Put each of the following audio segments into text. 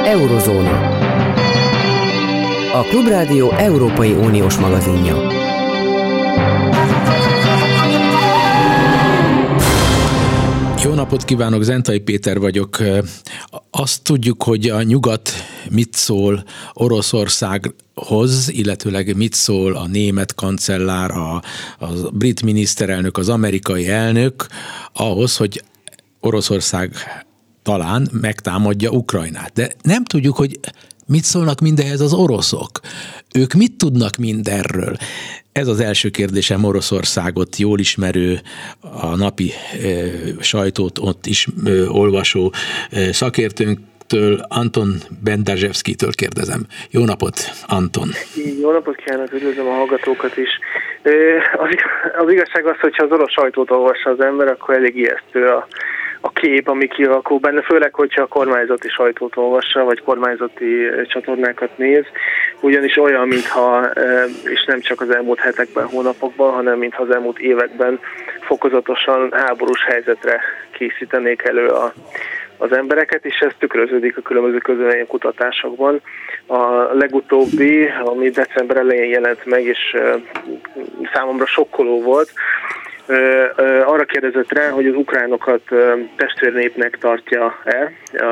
Eurozóna. A Klubrádió Európai Uniós magazinja. Jó napot kívánok, Zentai Péter vagyok. Azt tudjuk, hogy a nyugat mit szól Oroszországhoz, illetőleg mit szól a német kancellár, a brit miniszterelnök, az amerikai elnök ahhoz, hogy Oroszország talán megtámadja Ukrajnát. De nem tudjuk, hogy mit szólnak mindehez az oroszok. Ők mit tudnak mindenről? Ez az első kérdésem Oroszországot jól ismerő, a napi sajtót ott is olvasó szakértőnktől, Anton Bendarzsevszkijtől kérdezem. Jó napot, Anton! Jó napot kívánok, üdvözlöm a hallgatókat is. Az igazság az, hogyha az orosz sajtót olvassa az ember, akkor elég ijesztő a kép, ami kialakul benne, főleg, hogyha a kormányzati sajtót olvassa, vagy kormányzati csatornákat néz, ugyanis olyan, mintha, és nem csak az elmúlt hetekben, hónapokban, hanem mintha az elmúlt években fokozatosan háborús helyzetre készítenék elő az embereket, és ez tükröződik a különböző közvéleménykutatásokban. A legutóbbi, ami december elején jelent meg, és számomra sokkoló volt, arra kérdezett rá, hogy az ukránokat testvérnépnek tartja-e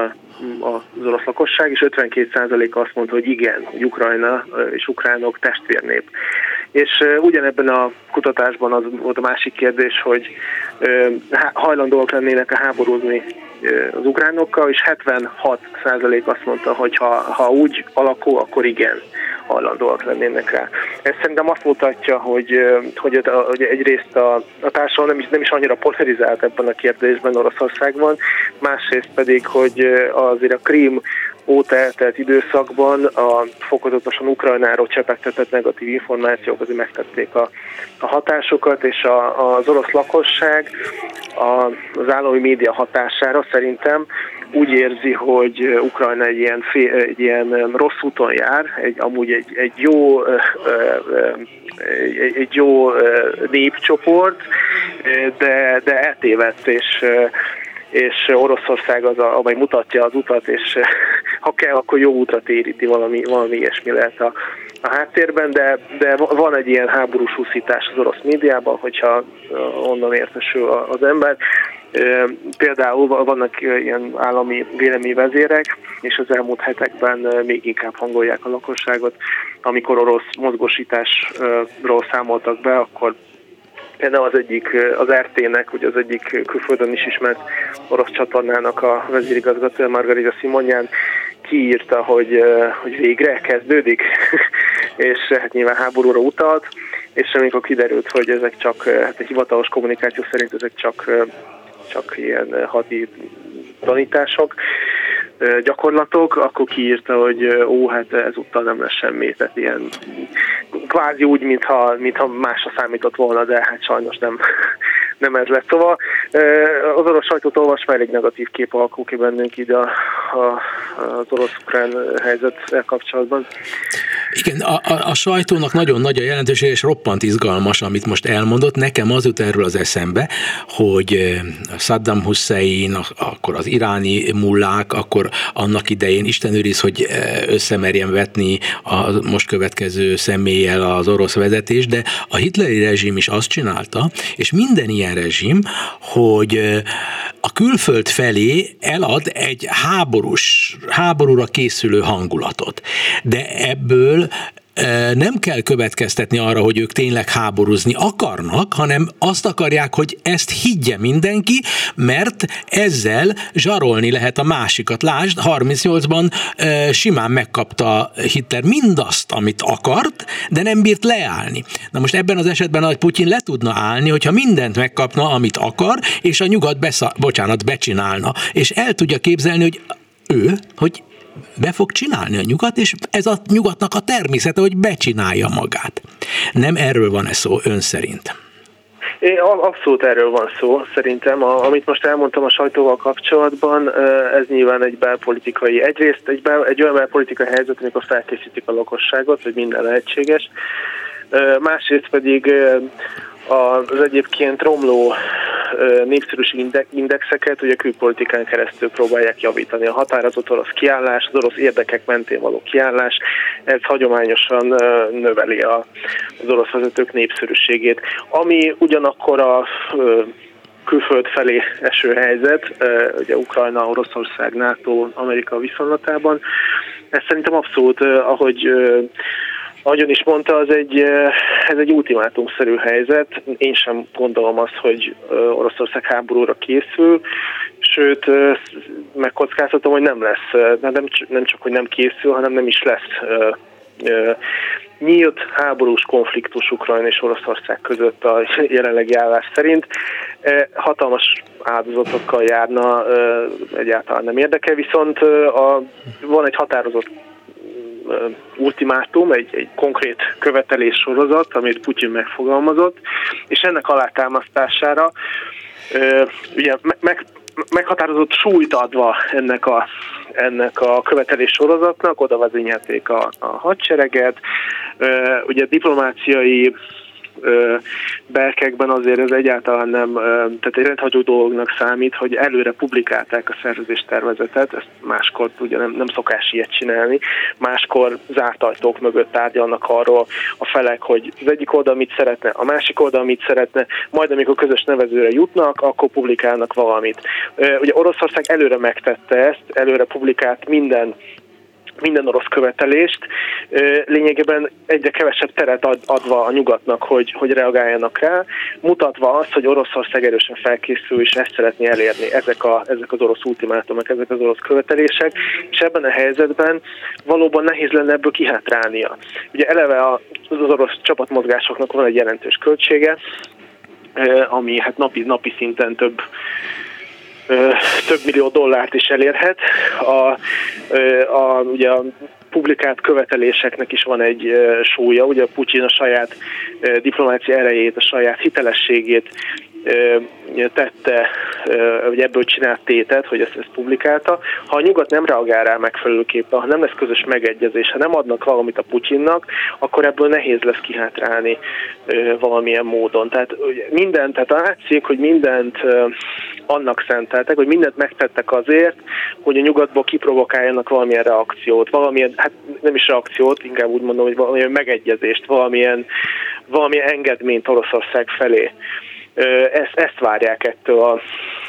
az orosz lakosság, és 52% azt mondta, hogy igen, hogy Ukrajna és ukránok testvérnép. És ugyanebben a kutatásban az volt a másik kérdés, hogy hajlandóak lennének háborúzni az ukránokkal, és 76% azt mondta, hogy ha úgy alakul, akkor igen, hajlandóak lennének rá. Ez szerintem azt mutatja, hogy egyrészt a társadalom nem is annyira polarizált ebben a kérdésben Oroszországban, másrészt pedig, hogy azért a Krím óta eltelt időszakban a fokozatosan Ukrajnáról csepegtetett negatív információk azért megtették a hatásokat, és az orosz lakosság az állami média hatására szerintem úgy érzi, hogy Ukrajna egy ilyen rossz úton jár, amúgy egy jó népcsoport, de eltévedt, és Oroszország az, amely mutatja az utat, és ha kell, akkor jó útra téríti, valami ilyesmi lehet a háttérben, de van egy ilyen háborús úszítás az orosz médiában, hogyha onnan értesül az ember. Például vannak ilyen állami véleményvezérek, és az elmúlt hetekben még inkább hangolják a lakosságot. Amikor orosz mozgósításról számoltak be, akkor például az RT-nek, ugye az egyik külföldön is ismert orosz csatornának a vezérigazgatója, Margarita Simonyan kiírta, hogy végre kezdődik, és hát nyilván háborúra utalt, és amikor kiderült, hogy ezek csak, hát egy hivatalos kommunikáció szerint ezek csak ilyen hadi tanítások, gyakorlatok, akkor kiírta, hogy hát ezúttal nem lesz semmi, tehát ilyen kvázi úgy, mintha másra számított volna, de hát sajnos nem ez lett. Szóval az orosz sajtót olvasva elég negatív kép alakul ki bennünk így az orosz-ukrán helyzettel kapcsolatban. Igen, a sajtónak nagyon nagy a jelentőség, és roppant izgalmas, amit most elmondott. Nekem az jut erről az eszembe, hogy Saddam Hussein, akkor az iráni mullák, akkor annak idején Isten őriz, hogy összemerjen vetni a most következő személlyel az orosz vezetés, de a hitleri rezsim is azt csinálta, és minden ilyen rezsim, hogy a külföld felé elad egy háborúra készülő hangulatot. De ebből nem kell következtetni arra, hogy ők tényleg háborúzni akarnak, hanem azt akarják, hogy ezt higgye mindenki, mert ezzel zsarolni lehet a másikat. Lásd, 38-ban simán megkapta Hitler mindazt, amit akart, de nem bírt leállni. Na most ebben az esetben a Putyin le tudna állni, hogyha mindent megkapna, amit akar, és a nyugat becsinálna. És el tudja képzelni, hogy be fog csinálni a nyugat, és ez a nyugatnak a természete, hogy becsinálja magát. Nem erről van szó ön szerint? Abszolút erről van szó, szerintem. Amit most elmondtam a sajtóval kapcsolatban, ez nyilván egy belpolitikai, egyrészt egy olyan belpolitikai helyzet, amikor felkészítik a lakosságot, hogy minden lehetséges. másrészt pedig az egyébként romló népszerűségi indexeket ugye külpolitikán keresztül próbálják javítani. A határozott orosz kiállás, az orosz érdekek mentén való kiállás, ez hagyományosan növeli az orosz vezetők népszerűségét. Ami ugyanakkor a külföld felé eső helyzet, ugye Ukrajna, Oroszország, NATO, Amerika viszonylatában, ez szerintem abszolút, ahogy ön is mondta, ez egy ultimátumszerű helyzet. Én sem gondolom azt, hogy Oroszország háborúra készül, sőt, megkockáztatom, hogy nem lesz, nem csak, hogy nem készül, hanem nem is lesz nyílt háborús konfliktus Ukrajna és Oroszország között a jelenlegi állás szerint. Hatalmas áldozatokkal járna, egyáltalán nem érdekel, viszont van egy határozott ultimátum, egy konkrét követelés sorozat, amit Putyin megfogalmazott, és ennek alátámasztására ugye meghatározott súlyt adva ennek a követelés sorozatnak, oda vezényelték a hadsereget, ugye diplomáciai berkekben azért ez egyáltalán nem, tehát egy rendhagyó dolognak számít, hogy előre publikálták a szerződéstervezetet, ezt máskor ugye nem szokás ilyet csinálni, máskor zárt ajtók mögött tárgyalnak arról a felek, hogy az egyik oldal mit szeretne, a másik oldal mit szeretne, majd amikor közös nevezőre jutnak, akkor publikálnak valamit. Ugye Oroszország előre megtette ezt, előre publikált minden orosz követelést, lényegében egyre kevesebb teret adva a nyugatnak, hogy reagáljanak rá, mutatva azt, hogy Oroszország erősen felkészül, és ezt szeretné elérni, ezek az orosz ultimátumok, ezek az orosz követelések, és ebben a helyzetben valóban nehéz lenne ebből kihátrálnia. Ugye eleve az orosz csapatmozgásoknak van egy jelentős költsége, ami hát napi szinten több millió dollárt is elérhet. Ugye a publikált követeléseknek is van egy súlya, ugye Putyin a saját diplomácia erejét, a saját hitelességét tette, vagy ebből csinált tétet, hogy ezt publikálta. Ha a nyugat nem reagál rá megfelelőképpen, ha nem lesz közös megegyezés, ha nem adnak valamit a Putyinnak, akkor ebből nehéz lesz kihátrálni valamilyen módon. Tehát látszik, hogy mindent annak szenteltek, hogy mindent megtettek azért, hogy a nyugatból kiprovokáljanak valamilyen reakciót, hát nem is reakciót, inkább úgy mondom, hogy valamilyen megegyezést, valamilyen engedményt Oroszország felé. Ezt várják ettől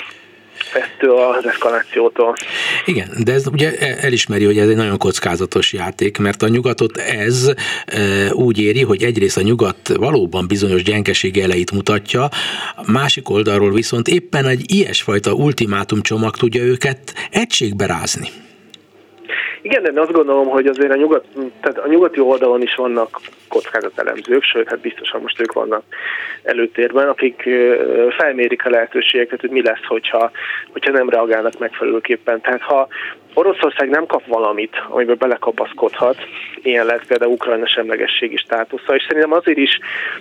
az eszkalációtól. Igen, de ez ugye elismeri, hogy ez egy nagyon kockázatos játék, mert a nyugatot ez úgy éri, hogy egyrészt a nyugat valóban bizonyos gyengesége elejét mutatja, a másik oldalról viszont éppen egy ilyesfajta ultimátumcsomag tudja őket egységbe rázni. Igen, de azt gondolom, hogy azért a nyugati oldalon is vannak kockázatelemzők, sőt, hát biztosan most ők vannak előtérben, akik felmérik a lehetőségeket, hogy mi lesz, hogyha nem reagálnak megfelelőképpen. Tehát ha Oroszország nem kap valamit, amiben belekapaszkodhat, ilyen lesz például Ukrajna semlegességi státusza, és szerintem azért is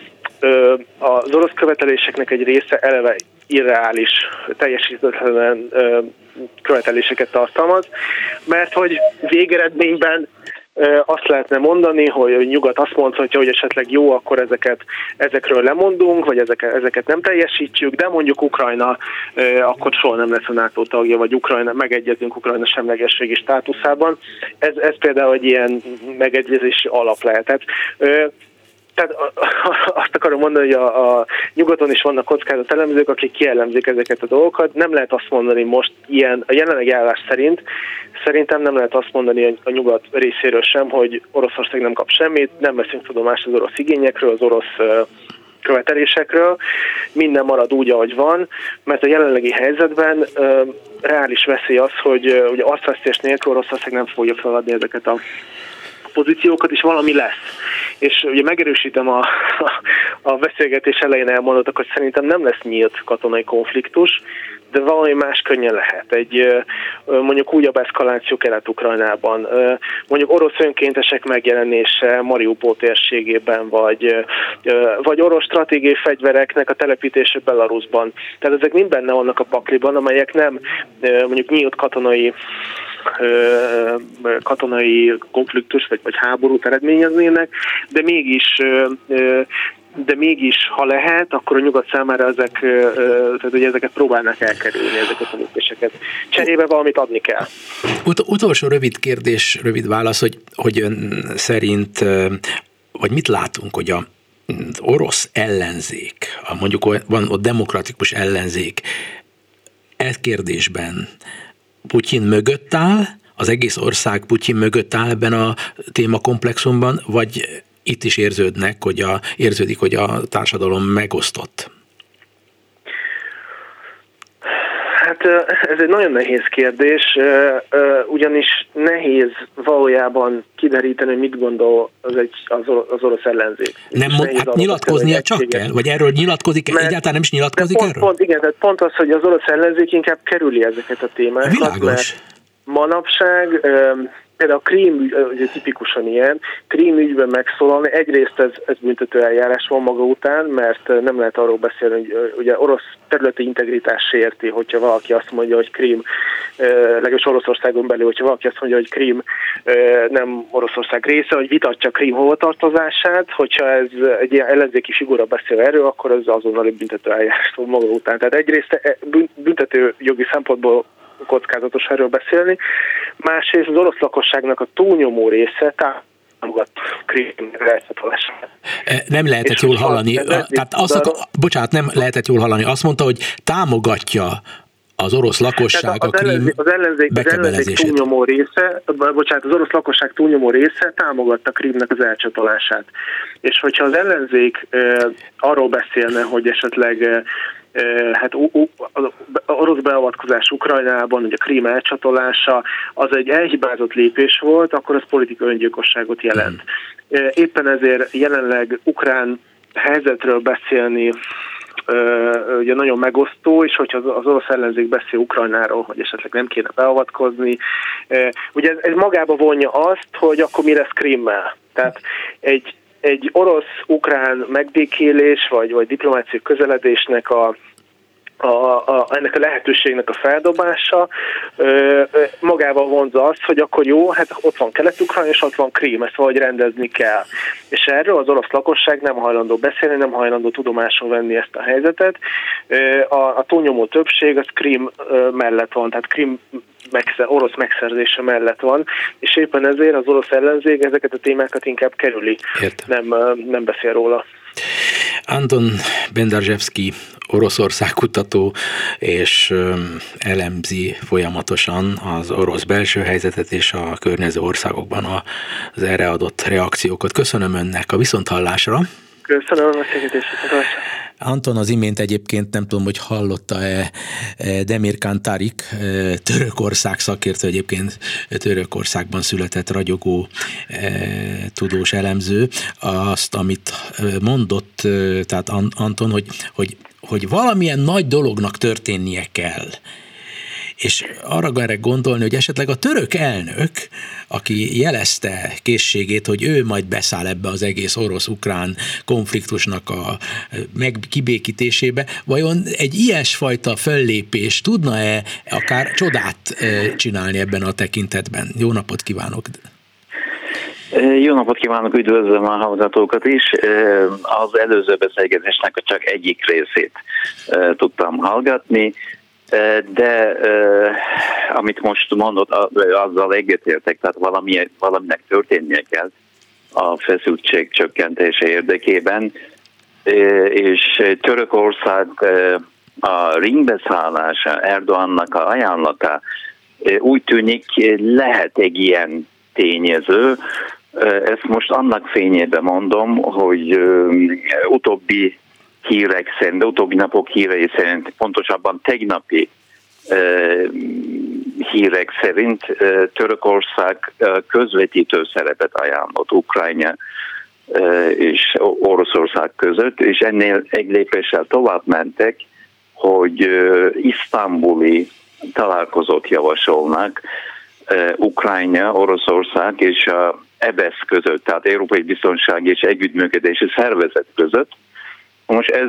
az orosz követeléseknek egy része eleve irreális, teljesíthetetlen követeléseket tartalmaz, mert hogy végeredményben azt lehetne mondani, hogy a nyugat azt mondhatja, hogy esetleg jó, akkor ezekről lemondunk, vagy ezeket nem teljesítjük, de mondjuk Ukrajna akkor soha nem lesz a NATO tagja, vagy megegyezünk Ukrajna semlegességi státuszában. Ez például egy ilyen megegyezési alap lehet. Tehát azt akarom mondani, hogy a nyugaton is vannak kockázatelemzők, akik kielemzik ezeket a dolgokat. Nem lehet azt mondani most a jelenlegi állás szerintem nem lehet azt mondani a nyugat részéről sem, hogy Oroszország nem kap semmit, nem veszünk tudomást az orosz igényekről, az orosz követelésekről, minden marad úgy, ahogy van, mert a jelenlegi helyzetben reális veszély az, hogy ugye arcvesztés nélkül Oroszország nem fogja feladni ezeket a pozíciókat, és valami lesz. És ugye megerősítem a beszélgetés elején elmondottakat, hogy szerintem nem lesz nyílt katonai konfliktus, de valami más könnyen lehet. Mondjuk újabb eszkaláció Kelet-Ukrajnában, mondjuk orosz önkéntesek megjelenése Mariupol térségében, vagy orosz stratégiai fegyvereknek a telepítése Belarusban. Tehát ezek mind benne vannak a pakliban, amelyek nem mondjuk nyílt katonai katonai konfliktus vagy háborút eredményeznének, de mégis, ha lehet, akkor a nyugat számára ezeket próbálnak elkerülni, ezeket a lépéseket. Cserébe valamit adni kell. Utolsó rövid kérdés, rövid válasz, hogy ön szerint, vagy mit látunk, hogy az orosz ellenzék, mondjuk van ott demokratikus ellenzék, kérdésben Putyin mögött áll, az egész ország Putyin mögött áll ebben a témakomplexumban, vagy itt is érződik, hogy a társadalom megosztott? Hát ez egy nagyon nehéz kérdés, ugyanis nehéz valójában kideríteni, hogy mit gondol az orosz ellenzék. Hát nyilatkoznia csak kell? Vagy erről nyilatkozik? Egyáltalán nem is nyilatkozik erről? Pont az, hogy az orosz ellenzék inkább kerüli ezeket a témákat. Világos. Manapság például a Krím ügy, ugye tipikusan ilyen, Krím ügyben megszólalni, egyrészt ez büntető eljárás van maga után, mert nem lehet arról beszélni, hogy ugye orosz területi integritás sérti, hogyha valaki azt mondja, hogy Krím, legalábbis Oroszországon belül, hogyha valaki azt mondja, hogy Krím nem Oroszország része, hogy vitatja Krím hovatartozását, hogyha ez egy ilyen ellenzéki figura beszél erről, akkor ez azonnali büntető eljárás van maga után. Tehát egyrészt büntető jogi szempontból kockázatos erről beszélni. Másrészt az orosz lakosságnak a túlnyomó része támogat Krím elcsatolását. Nem lehetett jól hallani. Tehát nem lehetett jól hallani. Azt mondta, hogy támogatja az orosz lakosság a Krím bekebelezését. Túlnyomó része, az orosz lakosság túlnyomó része támogatta Krímnek az elcsatolását. És hogyha az ellenzék arról beszélne, hogy esetleg orosz beavatkozás Ukrajnában, ugye a Krím elcsatolása, az egy elhibázott lépés volt, akkor az politikai öngyilkosságot jelent. Éppen ezért jelenleg ukrán helyzetről beszélni ugye nagyon megosztó, és hogyha az orosz ellenzék beszél Ukrajnáról, hogy esetleg nem kéne beavatkozni, ugye ez magába vonja azt, hogy akkor mi lesz Krímmel. Tehát egy orosz-ukrán megbékélés, vagy diplomáciai közeledésnek ennek a lehetőségnek a feldobása magával vonza azt, hogy akkor jó, hát ott van Kelet-Ukrajna, és ott van Krím, ezt valahogy rendezni kell. És erről az orosz lakosság nem hajlandó beszélni, nem hajlandó tudomásul venni ezt a helyzetet. A túlnyomó többség az Krím mellett van, tehát Krím orosz megszerzése mellett van, és éppen ezért az orosz ellenzék ezeket a témákat inkább kerüli, nem beszél róla. Anton Bendarzsevszky, Oroszország kutató, és elemzi folyamatosan az orosz belső helyzetet és a környező országokban az erre adott reakciókat. Köszönöm önnek, a viszonthallásra. Köszönöm a beszélgetését. Anton az imént egyébként, nem tudom, hogy hallotta-e, Demirkan Tarik, Törökország szakértő, egyébként Törökországban született ragyogó tudós elemző, azt, amit mondott, tehát Anton, hogy valamilyen nagy dolognak történnie kell. És arra kell gondolni, hogy esetleg a török elnök, aki jelezte készségét, hogy ő majd beszáll ebbe az egész orosz-ukrán konfliktusnak a kibékítésébe, vajon egy ilyesfajta föllépés tudna-e akár csodát csinálni ebben a tekintetben? Jó napot kívánok! Jó napot kívánok, üdvözlöm a hallgatókat is. Az előző beszélgetésnek csak egyik részét tudtam hallgatni, de amit most mondott, azzal egyetértek, tehát valaminek történnie kell a feszültség csökkentése érdekében, és Törökország a ringbe-szállása, Erdoğannak a ajánlata úgy tűnik lehet egy ilyen tényező. Ezt most annak fényében mondom, hogy utóbbi napok hírei szerint, pontosabban tegnapi hírek szerint Törökország közvetítő szerepet ajánlott Ukrajna és Oroszország között, és ennél egy lépéssel tovább mentek, hogy isztambuli találkozót javasolnak Ukrajna, Oroszország és a EBESZ között, tehát Európai Biztonsági és Együttműködési Szervezet között. Most ez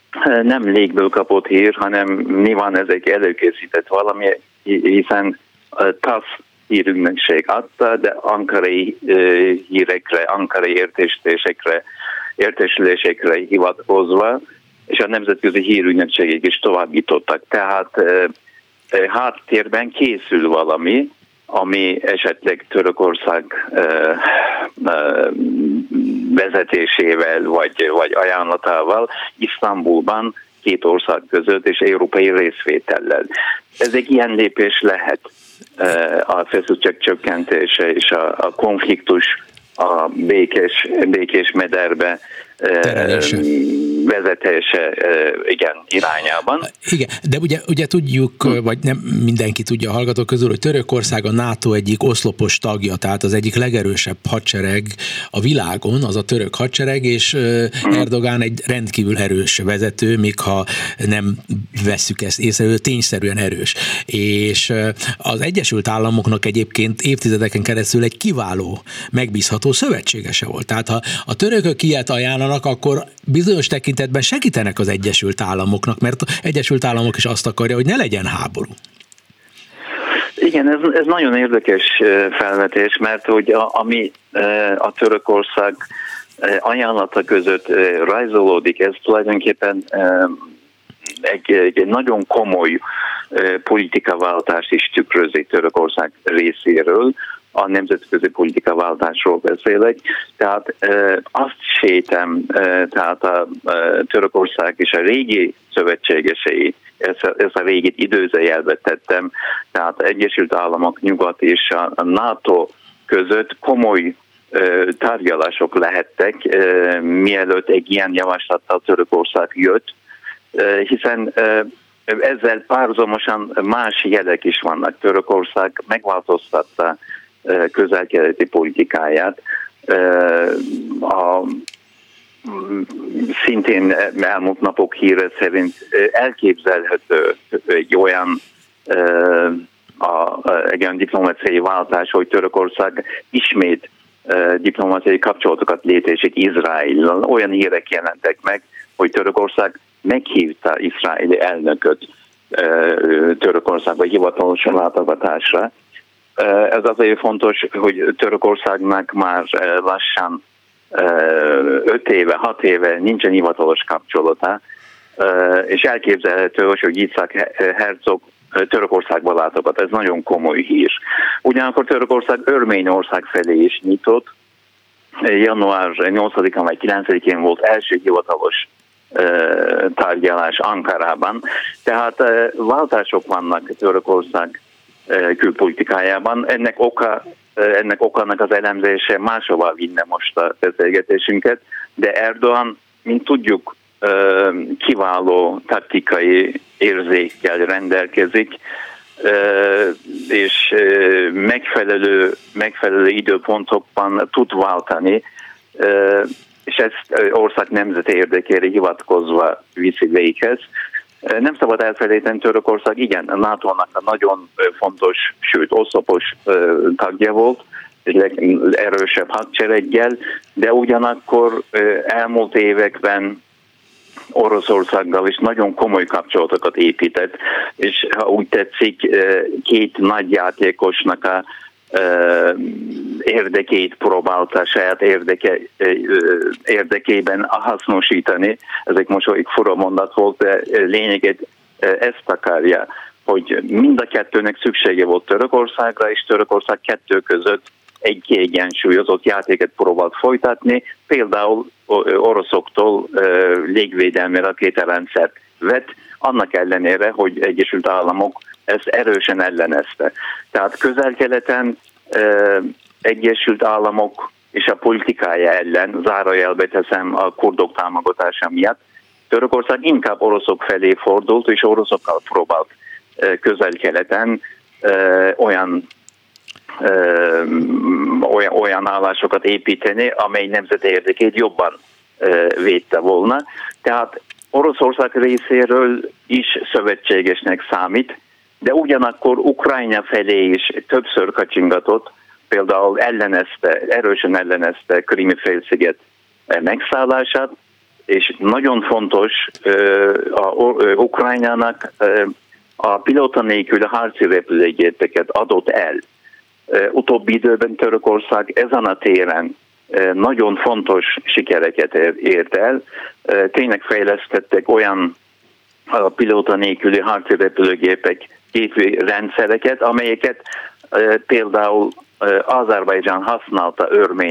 nem légből kapott hír, hanem nyilván ez egy előkészített valami, hiszen TASZ hírügynökség adta, de ankarai hírekre, ankarai értesülésekre hivatkozva, és a nemzetközi hírügynökségek is továbbítottak. Tehát háttérben készül valami, ami esetleg Törökország vezetésével vagy ajánlatával Isztambulban két ország között és európai részvétellel. Ez egy ilyen lépés lehet a feszültség csökkentése és a konfliktus a békés mederbe vezetése irányában. Igen, de ugye tudjuk, vagy nem mindenki tudja a hallgatók közül, hogy Törökország a NATO egyik oszlopos tagja, tehát az egyik legerősebb hadsereg a világon, az a török hadsereg, és Erdogán egy rendkívül erős vezető, még ha nem vesszük ezt észre, ő tényszerűen erős. És az Egyesült Államoknak egyébként évtizedeken keresztül egy kiváló, megbízható szövetségese volt. Tehát ha a törökök ilyet ajánlanak, akkor bizonyos tekintetben segítenek az Egyesült Államoknak, mert az Egyesült Államok is azt akarja, hogy ne legyen háború. Igen, ez nagyon érdekes felvetés, mert hogy ami a Törökország ajánlata között rajzolódik, ez tulajdonképpen egy nagyon komoly politikaváltást is tükrözi Törökország részéről, a nemzetközi politikaváltásról beszélek. Tehát azt sejtem, tehát a Törökország és a régi szövetségesei, ezt a régit időzőjelbe tettem, tehát Egyesült Államok, Nyugat és a NATO között komoly tárgyalások lehettek, mielőtt egy ilyen javaslattal Törökország jött, hiszen ezzel párhuzamosan más jelek is vannak. Törökország megváltoztatta közel-keleti politikáját. Szintén elmúlt napok híre szerint elképzelhető egy olyan diplomáciai váltás, hogy Törökország ismét diplomáciai kapcsolatokat létesít Izraellel. Olyan hírek jelentek meg, hogy Törökország meghívta izraeli elnököt Törökországba hivatalos látogatásra. Ez azért fontos, hogy Törökországnak már lassan 5 éve, 6 éve nincsen hivatalos kapcsolata, és elképzelhető, hogy Yitzhak Herzog Törökországba látogat. Ez nagyon komoly hír. Ugyanakkor Törökország Örményország felé is nyitott. Január 8-án vagy 9-én volt első hivatalos tárgyalás Ankarában. Tehát váltások vannak Törökország külpolitikájában. Ennek okának az elemzése máshova vinne most a beszélgetésünket, de Erdogan, mint tudjuk, kiváló taktikai érzékkel rendelkezik, és megfelelő időpontokban tud váltani, és ezt ország nemzeti érdekére hivatkozva viszi véghez. Nem szabad elfelejteni, Törökország igen, a NATO-nak a nagyon fontos, sőt oszlopos tagja volt, egy erősebb hadsereggel, de ugyanakkor elmúlt években Oroszországgal is nagyon komoly kapcsolatokat épített, és ha úgy tetszik, két nagy játékosnak a érdekét próbálta saját érdekében hasznosítani. Ezek most egy fura mondat volt, de lényeget ezt akarja, hogy mind a kettőnek szüksége volt Törökországra, és Törökország kettő között egy kiegyensúlyozott játéket próbált folytatni, például oroszoktól légvédelmi rakétarendszert vett, annak ellenére, hogy Egyesült Államok ezt erősen ellenezte. Tehát közel-keleten Egyesült Államok és a politikája ellen, zárójelbe teszem a kurdok támogatása miatt, Törökország inkább oroszok felé fordult, és oroszokkal próbált közel-keleten olyan állásokat építeni, amely nemzeti érdekét jobban védte volna. Tehát Oroszország részéről is szövetségesnek számít, de ugyanakkor Ukrajna felé is többször kacsingatott, például erősen ellenezte Krím-félsziget megszállását, és nagyon fontos Ukrajnának a pilóta nélküli harci repülőgépeket adott el. Utóbbi időben Törökország ezen a téren nagyon fontos sikereket ért el. Tényleg fejlesztettek olyan a pilóta nélküli harci repülőgépek rendszereket, amelyeket például Azerbajdzsán használta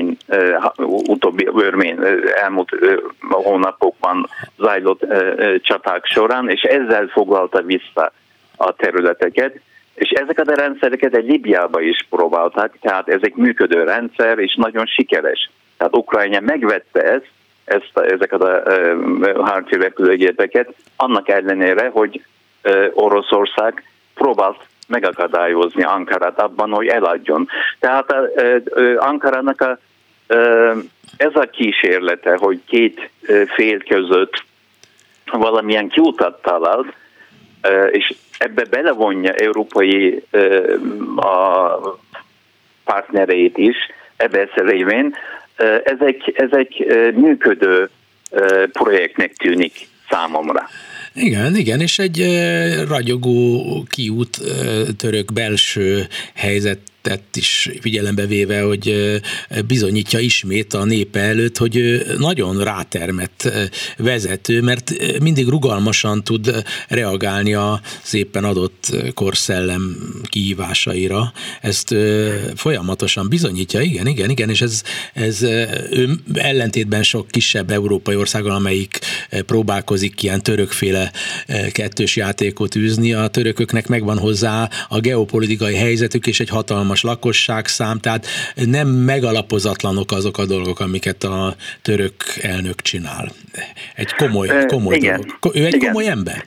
elmúlt hónapokban zajlott csaták során, és ezzel foglalta vissza a területeket, és ezeket a rendszereket egy Líbiába is próbálták, tehát ez egy működő rendszer, és nagyon sikeres. Tehát Ukrajna megvette ezeket a harci repülőgépeket, annak ellenére, hogy Oroszország próbált megakadályozni Ankarát abban, hogy eladjon. Tehát Ankarának ez a kísérlete, hogy két fél között valamilyen kiutat talált, és ebbe belevonja európai a partnereit is, ebbe révén, ezek működő projektnek tűnik számomra. Igen, és egy ragyogó kiút török belső helyzetet is figyelembe véve, hogy bizonyítja ismét a népe előtt, hogy nagyon rátermett vezető, mert mindig rugalmasan tud reagálni a szépen adott korszellem kihívásaira. Ezt folyamatosan bizonyítja, igen, és ez ő ellentétben sok kisebb európai országgal, amelyik próbálkozik ilyen törökféle kettős játékot űzni, a törököknek megvan hozzá a geopolitikai helyzetük és egy hatalmas lakosságszám, tehát nem megalapozatlanok azok a dolgok, amiket a török elnök csinál. Egy komoly dolog. Ő egy komoly ember?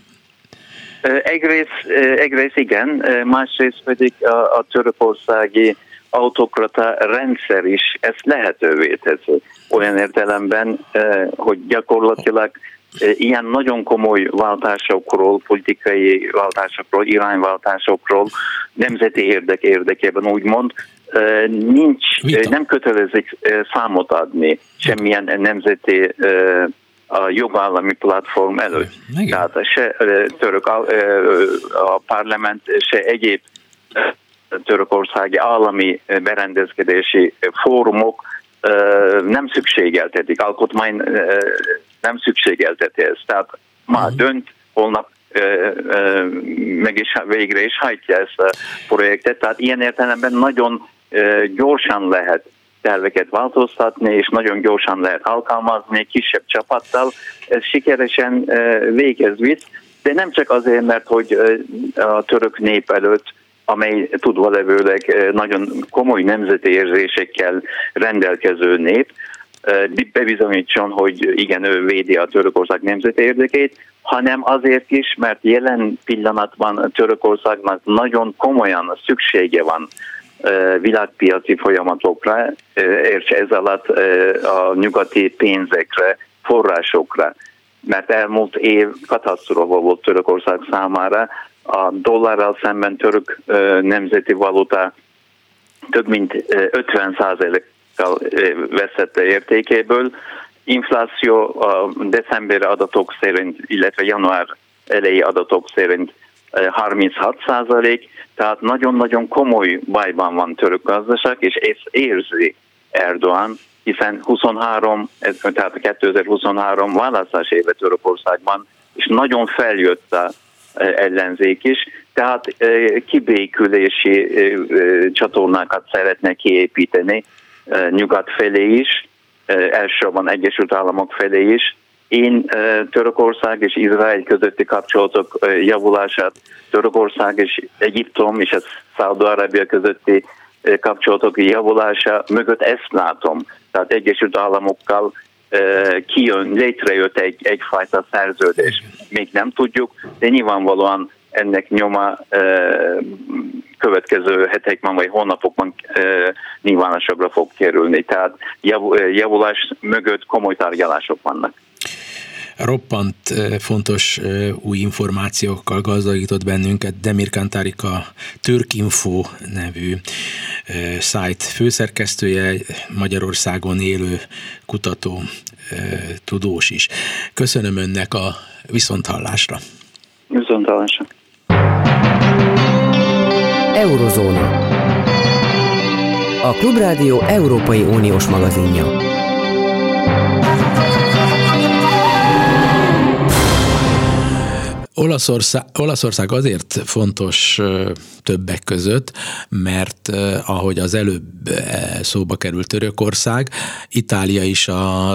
Egyrészt igen, másrészt pedig a törökországi autokrata rendszer is ezt lehetővé teszi. Olyan értelemben, hogy gyakorlatilag ilyen nagyon komoly váltásokról, politikai váltásokról, irányváltásokról, nemzeti érdekében úgymond nem kötelezik számot adni semmilyen nemzeti a jogállami platform előtt. Tehát se török a parlament, se egyéb törökországi állami berendezkedési fórumok nem szükségeltetik, alkotmány nem szükségelteti ezt. Tehát ma dönt, holnap meg is végre is hajtja ezt a projektet. Tehát ilyen értelemben nagyon gyorsan lehet terveket változtatni, és nagyon gyorsan lehet alkalmazni kisebb csapattal. Ez sikeresen végez visz, de nem csak azért, mert hogy a török nép előtt, amely tudva levőleg nagyon komoly nemzeti érzésekkel rendelkező nép, bebizonyítson, hogy igen, ő védi a Törökország nemzeti érdekét, hanem azért is, mert jelen pillanatban a Törökországnak nagyon komolyan szüksége van világpiaci folyamatokra, és ez alatt a nyugati pénzekre, forrásokra, mert elmúlt év katasztrófa volt Törökország számára, a dollárral szemben török nemzeti valuta több mint 50%-kal veszette értékéből. Infláció a decemberi adatok szerint, illetve január elejé adatok szerint 36%, tehát nagyon-nagyon komoly bajban van török gazdaság, és ezt érzi Erdoğan, hiszen 2023 választás éve Törökországban, és nagyon feljött a ellenzék is, tehát kibékülési csatornákat szeretne kiépíteni nyugat felé is, elsősorban Egyesült Államok felé is. Én Törökország és Izrael közötti kapcsolatok javulását, Törökország és Egyiptom és a Szaúd-Arábia közötti kapcsolatok javulása mögött ezt látom. Tehát Egyesült Államokkal létrejött egyfajta szerződés. Még nem tudjuk, de nyilvánvalóan ennek nyoma következő hetekben vagy hónapokban nyilvánosságra fog kerülni. Tehát javulás mögött komoly tárgyalások vannak. Roppant fontos új információkkal gazdagított bennünket Demirkan Tarik, a Türkinfo nevű szájt főszerkesztője, Magyarországon élő kutató, tudós is. Köszönöm önnek, a viszonthallásra. Viszonthallásra. Eurozóna. A Klubrádió Európai Uniós magazinja. Olaszország azért fontos többek között, mert ahogy az előbb szóba került Törökország, Itália is a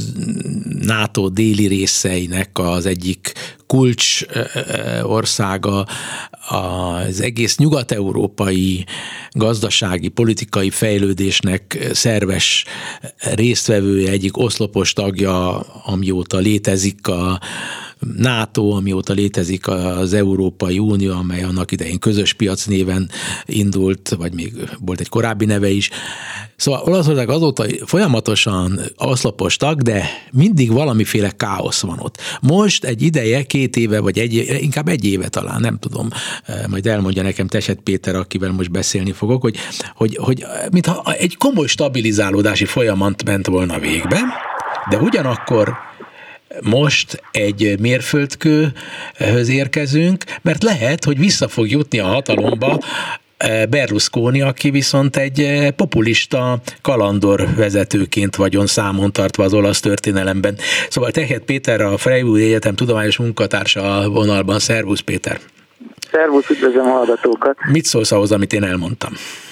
NATO déli részeinek az egyik kulcs országa, az egész nyugat-európai gazdasági, politikai fejlődésnek szerves résztvevője, egyik oszlopos tagja, amióta létezik a NATO, amióta létezik az Európai Unió, amely annak idején közös piac néven indult, vagy még volt egy korábbi neve is. Szóval Olaszország azóta folyamatosan oszlopos tag, de mindig valamiféle káosz van ott. Most egy ideje, 2 éve, vagy inkább egy éve talán, nem tudom, majd elmondja nekem Tesett Péter, akivel most beszélni fogok, hogy mintha egy komoly stabilizálódási folyamat ment volna végbe, de ugyanakkor most egy mérföldkőhöz érkezünk, mert lehet, hogy vissza fog jutni a hatalomba Berlusconi, aki viszont egy populista kalandor vezetőként vagyon számon tartva az olasz történelemben. Szóval Tesett Péter, a Freiburgi Egyetem tudományos munkatársa a vonalban. Szervusz, Péter! Szervusz, üdvözlöm a hallgatókat! Mit szólsz ahhoz, amit én elmondtam?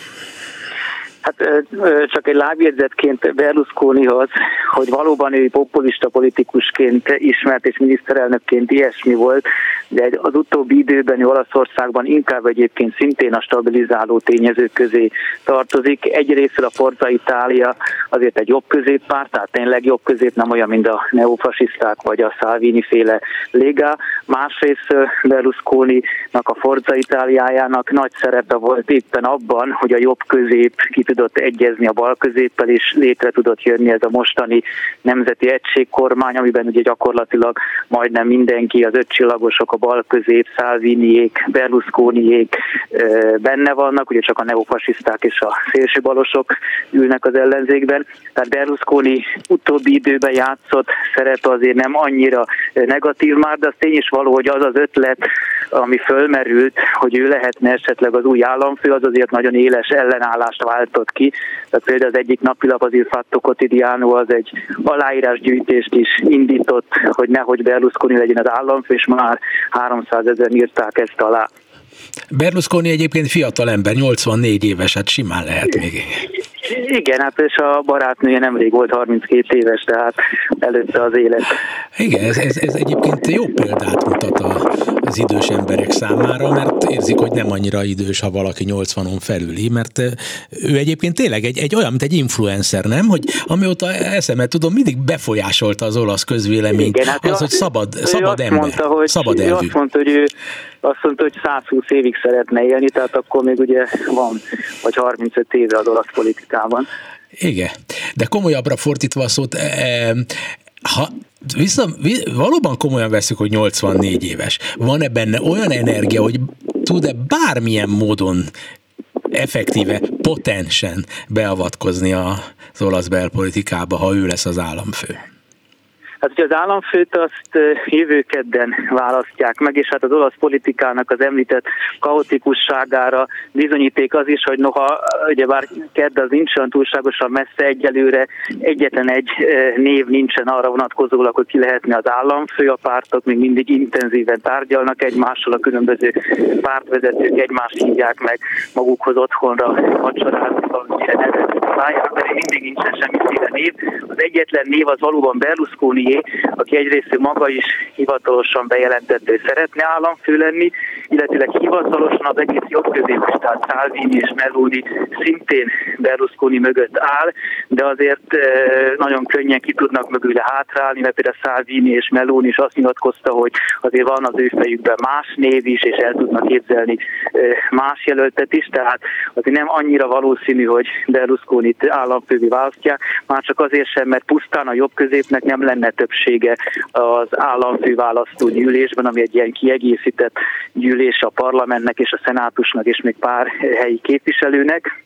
Hát csak egy lábjegyzetként Berlusconihoz, hogy valóban ő populista politikusként ismert és miniszterelnökként ilyesmi volt, de az utóbbi időben Olaszországban inkább egyébként szintén a stabilizáló tényezők közé tartozik. Egyrészt a Forza Italia azért egy jobb középpárt, tehát tényleg jobb közép, nem olyan, mint a neofasiszták vagy a Salvini-féle Lega. Másrészt Berlusconinak, a Forza Italiájának nagy szerepe volt éppen abban, hogy a jobb közép ki tudott egyezni a bal középpel, és létre tudott jönni ez a mostani nemzeti egységkormány, amiben ugye gyakorlatilag majdnem mindenki, az 5 csillagosok, a bal közép, Salviniék, Berlusconiék benne vannak, ugye csak a neofasiszták és a szélsőbalosok ülnek az ellenzékben. Tehát Berlusconi utóbbi időben játszott szerepe azért nem annyira negatív már, de az tény is való, hogy az az ötlet, ami fölmerült, hogy ő lehetne esetleg az új államfő, az azért nagyon éles ellenállást váltott ki. Tehát például az egyik napilap, az Il Fatto Quotidiano, az egy aláírásgyűjtést is indított, hogy nehogy Berlusconi legyen az államfő, és már 300 000 írták ezt alá. Berlusconi egyébként fiatal ember, 84 éves, hát simán lehet még. Igen, hát és a barátnője nemrég volt 32 éves, tehát előtte az élet. Igen, ez egyébként jó példát mutat az idős emberek számára, mert érzik, hogy nem annyira idős, ha valaki 80-on felüli, mert ő egyébként tényleg egy olyan, mint egy influencer, nem? Hogy amióta eszembe tudom, mindig befolyásolta az olasz közvéleményt. Igen, hát az, hogy szabad ember, szabad elvű. Azt mondta, hogy 120 évig szeretne élni, tehát akkor még ugye van, vagy 35 éve az olasz politikában. Igen, de komolyabbra fordítva a szót, ha valóban komolyan veszük, hogy 84 éves, van-e benne olyan energia, hogy tud-e bármilyen módon effektíve, potensen beavatkozni az olasz belpolitikába, ha ő lesz az államfő? Hát ugye az államfőt azt jövő kedden választják meg, és hát az olasz politikának az említett kaotikusságára bizonyíték az is, hogy noha ugyebár kedd az nincs olyan túlságosan messze, egyelőre egyetlen egy név nincsen arra vonatkozólag, hogy ki lehetne az államfő. A pártok még mindig intenzíven tárgyalnak egymással, a különböző pártvezetők egymást hívják meg magukhoz otthonra vacsorázni, valamire nevet találják, de mindig nincsen semmiféle név. Az egyetlen név az valóban Berlusconi, aki egyrészt maga is hivatalosan bejelentette, hogy szeretne államfő lenni, illetőleg hivatalosan az egész jobbközépes, tehát Salvini és Meloni szintén Berlusconi mögött áll, de azért nagyon könnyen ki tudnak mögüle hátrálni, mert például Salvini és Meloni is azt nyilatkozta, hogy azért van az ő fejükben más név is, és el tudnak képzelni más jelöltet is, tehát azért nem annyira valószínű, hogy Berlusconit államfővé választják, már csak azért sem, mert pusztán a jobbközépnek nem lenne többsége az államfőválasztó gyűlésben, ami egy ilyen kiegészített gyűlés a parlamentnek és a szenátusnak és még pár helyi képviselőnek.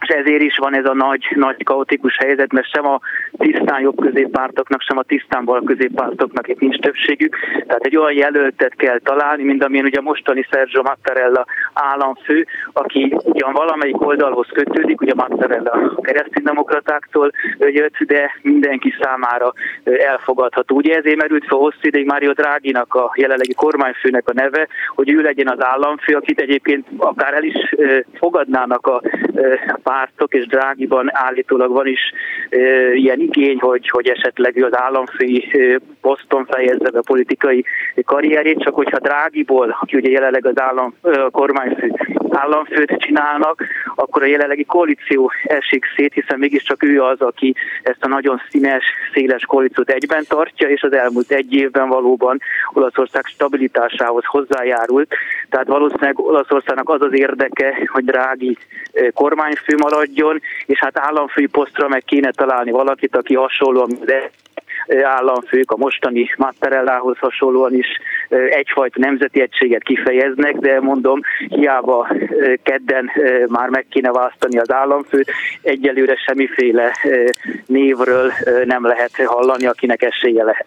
és ezért is van ez a nagy kaotikus helyzet, mert sem a tisztán jobb középpártoknak, sem a tisztán bal középpártoknak itt nincs többségük. Tehát egy olyan jelöltet kell találni, mint amilyen ugye a mostani Sergio Mattarella államfő, aki ugyan valamelyik oldalhoz kötődik, ugye Mattarella a kereszténydemokratáktól jött, de mindenki számára elfogadható. Ugye ezért merült fel hosszú ideig Mario Draghinak, a jelenlegi kormányfőnek a neve, hogy ő legyen az államfő, akit egyébként akár el is fogadnának a pártok, és Draghiban állítólag van is ilyen igény, hogy esetleg ő az államfői poszton fejezze be politikai karrierjét, csak hogyha Draghiból, aki ugye jelenleg az kormányfő államfőt csinálnak, akkor a jelenlegi koalíció esik szét, hiszen mégiscsak ő az, aki ezt a nagyon színes, széles koalíciót egyben tartja, és az elmúlt egy évben valóban Olaszország stabilitásához hozzájárult. Tehát valószínűleg Olaszországnak az az érdeke, hogy Draghi kormányfő maradjon, és hát államfői posztra meg kéne találni valakit, aki hasonlóan államfők a mostani Mattarellához hasonlóan is egyfajta nemzeti egységet kifejeznek, de mondom, hiába kedden már meg kéne választani az államfőt, egyelőre semmiféle névről nem lehet hallani, akinek esélye lehet.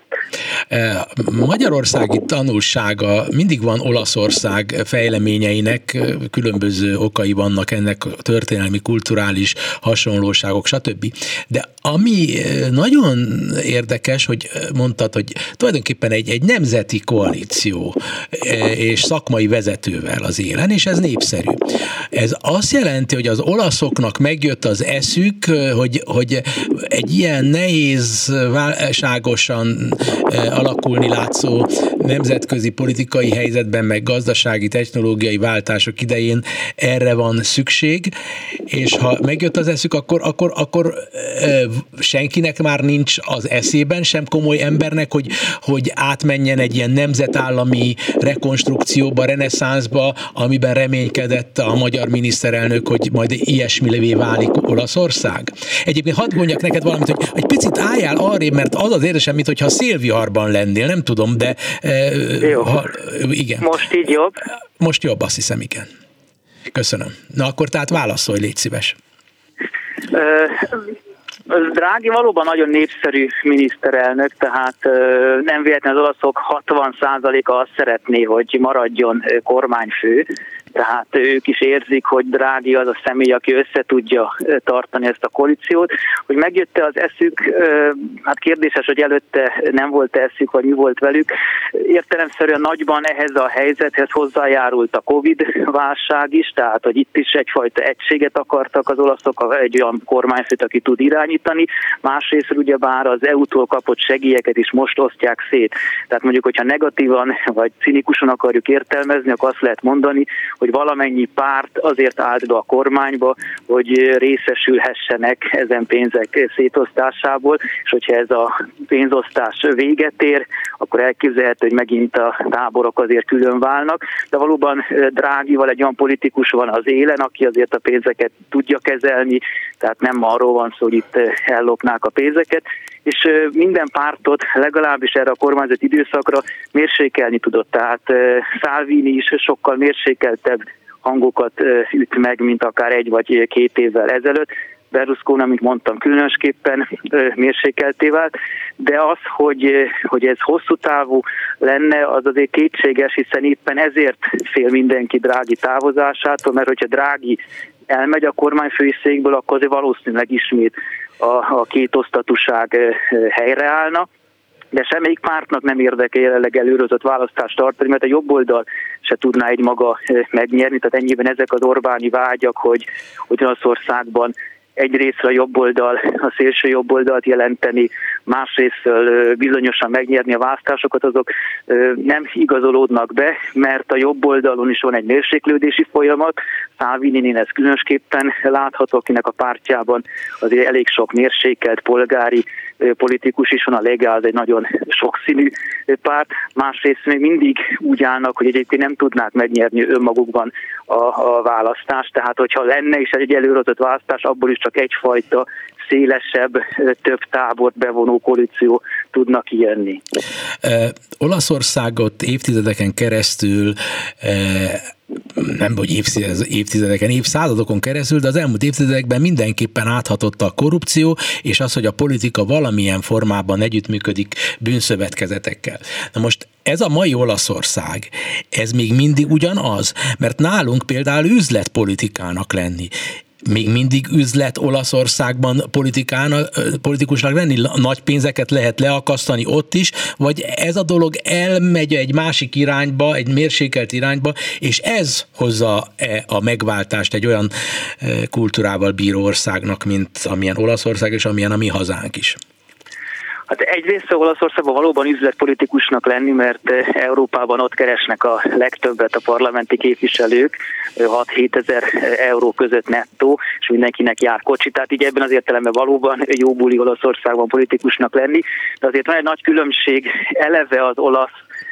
Magyarországi tanulsága mindig van Olaszország fejleményeinek, különböző okai vannak ennek, történelmi, kulturális hasonlóságok, stb. De ami nagyon érdekes, hogy mondtad, hogy tulajdonképpen egy nemzeti koalíció és szakmai vezetővel az élen, és ez népszerű. Ez azt jelenti, hogy az olaszoknak megjött az eszük, hogy egy ilyen nehéz, válságosan alakulni látszó nemzetközi politikai helyzetben, meg gazdasági, technológiai váltások idején erre van szükség, és ha megjött az eszük, akkor senkinek már nincs az eszében, sem komoly embernek, hogy átmenjen egy ilyen nemzetállami rekonstrukcióba, reneszánszba, amiben reménykedett a magyar miniszterelnök, hogy majd ilyesmivé válik Olaszország. Egyébként hadd mondjak neked valamit, hogy egy picit álljál arrébb, mert az az érzésem, mintha szélviharban lennél, nem tudom, de jó. Igen. Most így jobb? Most jobb, azt hiszem, igen. Köszönöm. Na akkor tehát válaszolj, légy szíves. Draghi valóban nagyon népszerű miniszterelnök, tehát nem véletlenül az olaszok 60%-a azt szeretné, hogy maradjon kormányfő, tehát ők is érzik, hogy Draghi az a személy, aki össze tudja tartani ezt a koalíciót. Hogy megjött-e az eszük, hát kérdéses, hogy előtte nem volt eszük, vagy mi volt velük. Értelemszerűen nagyban ehhez a helyzethez hozzájárult a Covid-válság is, tehát hogy itt is egyfajta egységet akartak az olaszok, egy olyan kormányfőt, aki tud irányítani. Másrészt ugyebár az EU-tól kapott segélyeket is most osztják szét. Tehát mondjuk, hogyha negatívan vagy cinikusan akarjuk értelmezni, akkor azt lehet mondani, hogy valamennyi párt azért állt be a kormányba, hogy részesülhessenek ezen pénzek szétosztásából, és hogyha ez a pénzosztás véget ér, akkor elképzelhető, hogy megint a táborok azért külön válnak, de valóban Draghival egy olyan politikus van az élen, aki azért a pénzeket tudja kezelni, tehát nem arról van szó, hogy itt ellopnák a pénzeket, és minden pártot legalábbis erre a kormányzati időszakra mérsékelni tudott. Tehát Salvini is sokkal mérsékeltebb hangokat üt meg, mint akár 1 vagy 2 évvel ezelőtt. Berlusconi, amit mondtam, különösképpen mérsékelté vált, de az, hogy ez hosszú távú lenne, az azért kétséges, hiszen éppen ezért fél mindenki Draghi távozásától, mert hogyha Draghi elmegy a kormányfői székből, akkor azért valószínűleg ismét a kétosztatúság helyreállna, de semmelyik pártnak nem érdeke jelenleg előrözött választást tartani, mert a jobb oldal se tudná egy maga megnyerni, tehát ennyiben ezek az Orbáni vágyak, hogy Olaszországban egyrészt a jobb oldal, a szélső jobb oldalt jelenteni, másrészt bizonyosan megnyerni a választásokat, azok nem igazolódnak be, mert a jobb oldalon is van egy mérséklődési folyamat. Salvininél ez különösképpen látható, akinek a pártjában azért elég sok mérsékelt polgári politikus is van, a Lega az egy nagyon sokszínű párt, másrészt még mindig úgy állnak, hogy egyébként nem tudnák megnyerni önmagukban a választást, tehát hogyha lenne is egy előrehozott választás, abból is csak egyfajta szélesebb, több tábort bevonó koalíció tudna kijönni. Olaszországot évtizedeken keresztül nem hogy évtizedeken, évszázadokon keresztül, de az elmúlt évtizedekben mindenképpen áthatotta a korrupció, és az, hogy a politika valamilyen formában együttműködik bűnszövetkezetekkel. Na most ez a mai Olaszország, ez még mindig ugyanaz, mert nálunk például üzletpolitikának lenni. Még mindig üzlet Olaszországban politikusnak lenni? Nagy pénzeket lehet leakasztani ott is, vagy ez a dolog elmegy egy másik irányba, egy mérsékelt irányba, és ez hozza a megváltást egy olyan kultúrával bíró országnak, mint amilyen Olaszország, és amilyen a mi hazánk is? Hát egyrészt Olaszországban valóban üzletpolitikusnak lenni, mert Európában ott keresnek a legtöbbet a parlamenti képviselők, 6-7 ezer euró között nettó, és mindenkinek jár kocsi, tehát így ebben az értelemben valóban jó buli Olaszországban politikusnak lenni, de azért van egy nagy különbség eleve az olasz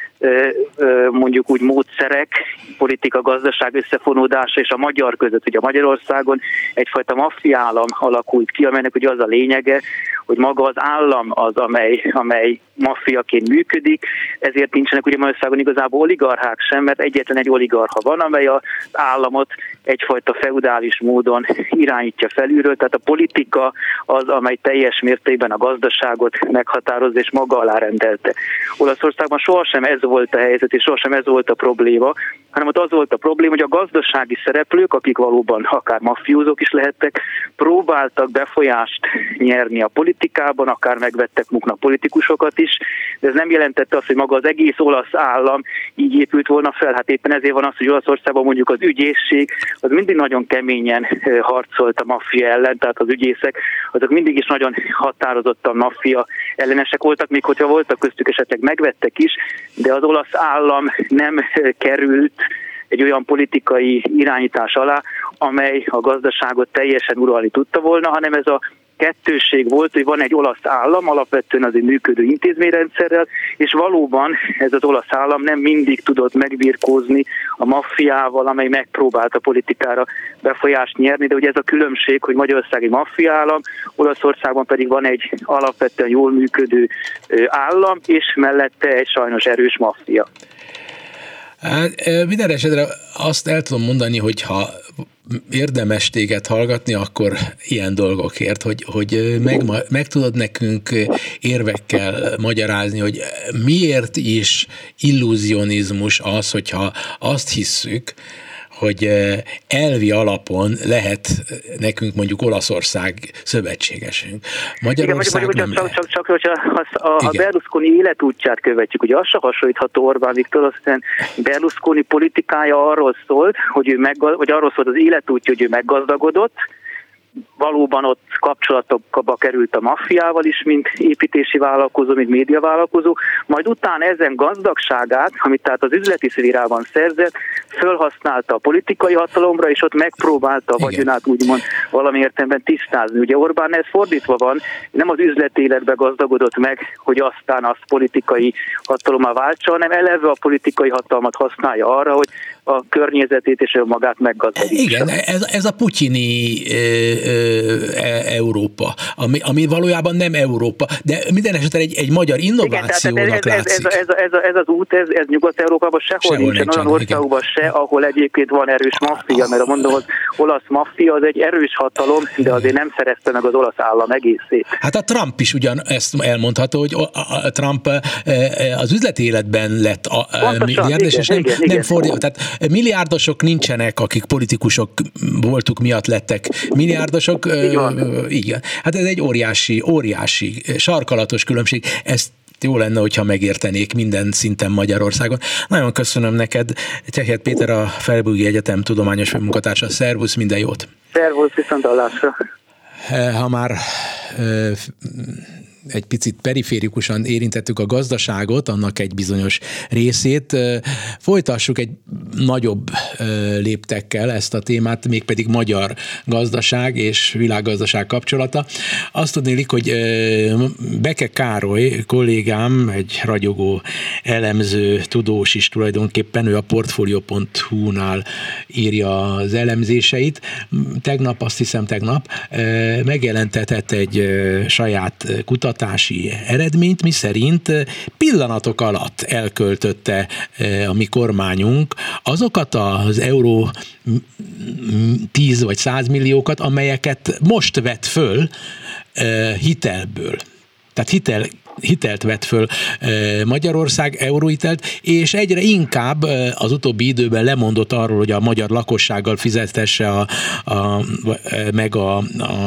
mondjuk úgy módszerek, politika, gazdaság összefonódása és a magyar között. Ugye Magyarországon egyfajta maffiaállam alakult ki, amelynek ugye az a lényege, hogy maga az állam az, amely maffiaként működik, ezért nincsenek ugye Magyarországon igazából oligarchák sem, mert egyetlen egy oligarcha van, amely az államot egyfajta feudális módon irányítja felülről, tehát a politika az, amely teljes mértékben a gazdaságot meghatározza és maga alá rendelte. Olaszországban sohasem ez volt a helyzet, és sohasem ez volt a probléma, hanem ott az volt a probléma, hogy a gazdasági szereplők, akik valóban akár maffiózók is lehettek, próbáltak befolyást nyerni a politikában, akár megvettek maguknak politikusokat is, de ez nem jelentette azt, hogy maga az egész olasz állam így épült volna fel. Hát éppen ezért van az, hogy Olaszországban mondjuk az ügyészség az mindig nagyon keményen harcolt a maffia ellen, tehát az ügyészek azok mindig is nagyon határozottan maffia ellenesek voltak, még hogyha voltak köztük esetleg megvettek is, de az olasz állam nem került egy olyan politikai irányítás alá, amely a gazdaságot teljesen uralni tudta volna, hanem ez a kettősség volt, hogy van egy olasz állam, alapvetően az egy működő intézményrendszerrel, és valóban ez az olasz állam nem mindig tudott megbirkózni a maffiával, amely megpróbált a politikára befolyást nyerni, de ugye ez a különbség, hogy Magyarország egy maffiaállam, Olaszországban pedig van egy alapvetően jól működő állam, és mellette egy sajnos erős maffia. Hát, minden esetre azt el tudom mondani, hogy ha érdemes téged hallgatni, akkor ilyen dolgokért, hogy meg tudod nekünk érvekkel magyarázni, hogy miért is illúzionizmus az, hogyha azt hisszük, hogy elvi alapon lehet nekünk mondjuk Olaszország szövetségesünk. Magyarország igen, csak hogyha a Berlusconi életútját követjük, ugye az se hasonlítható Orbán Viktor, aztán Berlusconi politikája arról szólt, vagy arról szólt az életútja, hogy ő meggazdagodott, valóban ott kapcsolatokba került a maffiával is, mint építési vállalkozó, mint médiavállalkozó, majd utána ezen gazdagságát, amit tehát az üzleti szférában szerzett, fölhasználta a politikai hatalomra, és ott megpróbálta a vagyonát úgymond valami értelemben tisztázni. Ugye Orbán ez fordítva van, nem az üzleti életbe gazdagodott meg, hogy aztán azt politikai hatalommal váltsa, hanem eleve a politikai hatalmat használja arra, hogy a környezetét és magát meggazdagítsa. Igen, ez a putyini Európa, ami valójában nem Európa, de minden esetre egy magyar innovációnak látszik. Ez az út, ez Nyugat-Európában sehol nincsen, olyan országokban se, ahol egyébként van erős maffia, mert mondom, az olasz maffia az egy erős hatalom, de azért nem szerezte meg az olasz állam egészét. Hát a Trump is ugyan ezt elmondható, hogy a Trump az üzleti életben lett milliárdos, és nem fordítva. Tehát milliárdosok nincsenek, akik politikusok voltuk miatt lettek milliárdosok. Igen. Hát ez egy óriási, sarkalatos különbség. Ezt jó lenne, hogyha megértenék minden szinten Magyarországon. Nagyon köszönöm neked, Csehet Péter, a Freiburgi Egyetem tudományos főmunkatársa. Szervusz, minden jót! Szervusz, viszonthallásra! Ha már egy picit periférikusan érintettük a gazdaságot, annak egy bizonyos részét. Folytassuk egy nagyobb léptekkel ezt a témát, mégpedig magyar gazdaság és világgazdaság kapcsolata. Azt tudnélik, hogy Beke Károly kollégám, egy ragyogó elemző, tudós is tulajdonképpen, ő a Portfolio.hu-nál írja az elemzéseit. Azt hiszem tegnap megjelentetett egy saját kutatási eredményt, miszerint pillanatok alatt elköltötte a mi kormányunk azokat az euró 10 vagy 100 milliókat, amelyeket most vett föl hitelből. Tehát hitelt vett föl Magyarország, euróhitelt, és egyre inkább az utóbbi időben lemondott arról, hogy a magyar lakossággal fizetesse meg a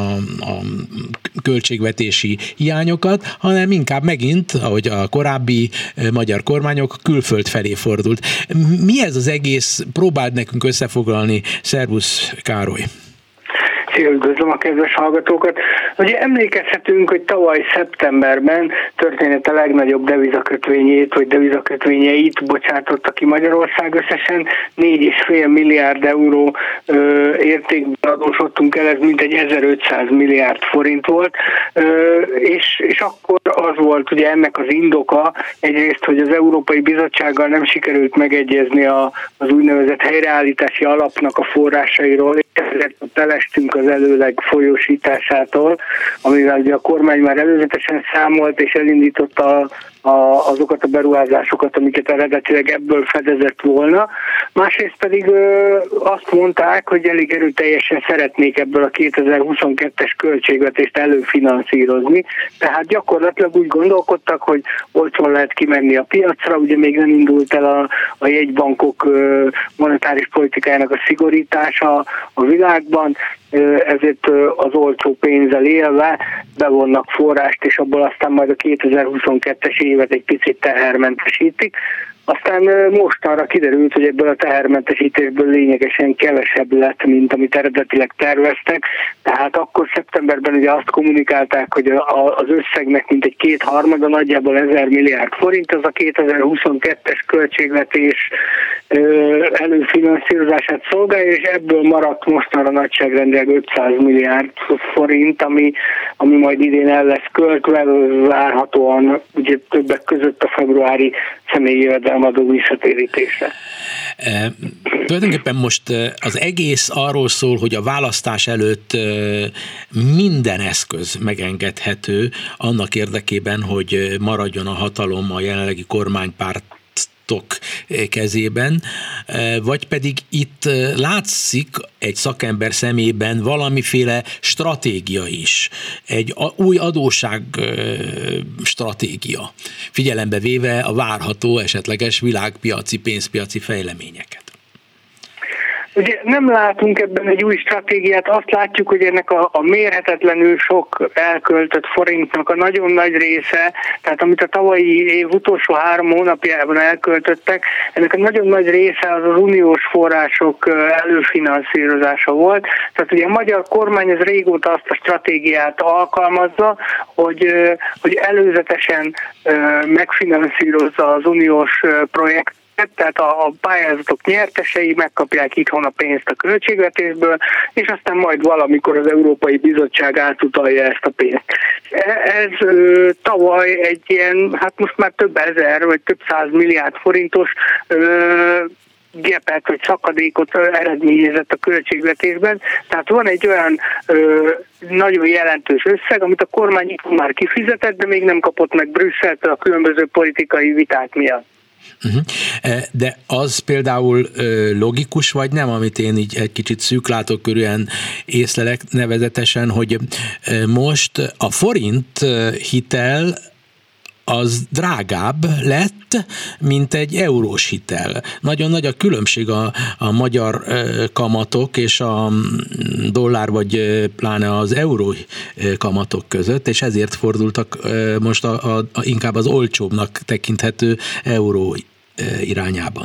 költségvetési hiányokat, hanem inkább megint, ahogy a korábbi magyar kormányok, külföld felé fordult. Mi ez az egész? Próbáld nekünk összefoglalni. Szervusz, Károly! Üdvözlöm a kedves hallgatókat. Ugye emlékezhetünk, hogy tavaly szeptemberben története legnagyobb devizakötvényét, vagy devizakötvényeit bocsátotta ki Magyarország. Összesen 4,5 milliárd euró értékben adósodtunk el, ez mintegy 1500 milliárd forint volt, és akkor az volt ugye ennek az indoka, egyrészt, hogy az Európai Bizottsággal nem sikerült megegyezni az úgynevezett helyreállítási alapnak a forrásairól, ezért telestünk az előleg folyósításától, amivel ugye a kormány már előzetesen számolt és elindította azokat a beruházásokat, amiket eredetileg ebből fedezett volna. Másrészt pedig azt mondták, hogy elég erőteljesen szeretnék ebből a 2022-es költségvetést előfinanszírozni, tehát gyakorlatilag úgy gondolkodtak, hogy olcsón lehet kimenni a piacra, ugye még nem indult el a jegybankok monetáris politikájának a szigorítása a világban, ezért az olcsó pénzzel élve bevonnak forrást, és abból aztán majd a 2022-es évet egy picit tehermentesítik. Aztán mostanra kiderült, hogy ebből a tehermentesítésből lényegesen kevesebb lett, mint amit eredetileg terveztek. Tehát akkor szeptemberben ugye azt kommunikálták, hogy az összegnek mintegy 2/3, nagyjából 1000 milliárd forint, az a 2022-es költségvetés előfinanszírozását szolgálja, és ebből maradt mostanra nagyságrendileg 500 milliárd forint, ami majd idén el lesz költve, várhatóan ugye többek között a februári személyi jövedelemadó visszatérítésre. Tulajdonképpen most az egész arról szól, hogy a választás előtt minden eszköz megengedhető annak érdekében, hogy maradjon a hatalom a jelenlegi kormánypárt kezében, vagy pedig itt látszik egy szakember szemében valamiféle stratégia is, egy új adósság stratégia, figyelembe véve a várható esetleges világpiaci, pénzpiaci fejleményeket. Ugye nem látunk ebben egy új stratégiát, azt látjuk, hogy ennek a mérhetetlenül sok elköltött forintnak a nagyon nagy része, tehát amit a tavalyi év utolsó 3 hónapjában elköltöttek, ennek a nagyon nagy része az uniós források előfinanszírozása volt. Tehát ugye a magyar kormány az régóta azt a stratégiát alkalmazza, hogy előzetesen megfinanszírozza az uniós projekt, tehát a pályázatok nyertesei megkapják itthon a pénzt a költségvetésből, és aztán majd valamikor az Európai Bizottság átutalja ezt a pénzt. Ez tavaly egy ilyen, hát most már több ezer, vagy több 100 milliárd forintos gépet, vagy szakadékot eredményezett a költségvetésben. Tehát van egy olyan nagyon jelentős összeg, amit a kormány itt már kifizetett, de még nem kapott meg Brüsszeltől a különböző politikai viták miatt. De az például logikus, vagy nem, amit én így egy kicsit szűklátókörűen észlelek, nevezetesen, hogy most a forint hitel az drágább lett, mint egy eurós hitel. Nagyon nagy a különbség a magyar kamatok és a dollár, vagy pláne az euró kamatok között, és ezért fordultak most inkább az olcsóbbnak tekinthető euró irányában.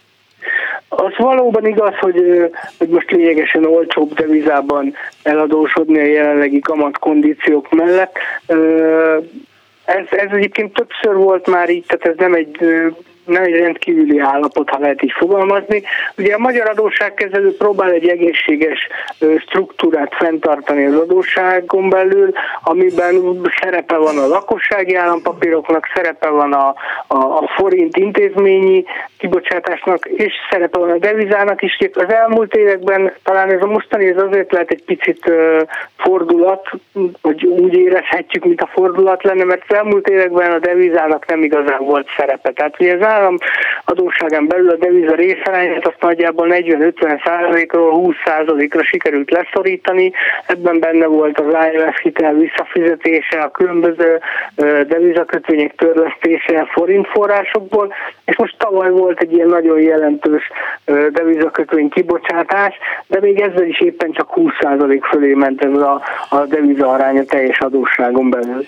Az valóban igaz, hogy most lényegesen olcsóbb devizában eladósodni a jelenlegi kamatkondíciók mellett. Ez egyébként többször volt már így, tehát ez nem egy rendkívüli állapot, ha lehet így fogalmazni. Ugye a magyar adósságkezelő próbál egy egészséges struktúrát fenntartani az adósságon belül, amiben szerepe van a lakossági állampapíroknak, szerepe van a forint intézményi kibocsátásnak, és szerepe van a devizának is. Az elmúlt években talán ez a mostani ez azért lehet egy picit fordulat, hogy úgy érezhetjük, mint a fordulat lenne, mert az elmúlt években a devizának nem igazán volt szerepe. Tehát ugye az állam adósságán belül a deviza részarányát azt nagyjából 40-50%-ról 20%-ra sikerült leszorítani. Ebben benne volt az IMF hitel visszafizetése, a különböző devizakötvények törlesztése forintforrásokból, és most tavaly volt egy ilyen nagyon jelentős devizakötvény kibocsátás, de még ezzel is éppen csak 20% fölé ment ez a deviza arány a teljes adósságon belül.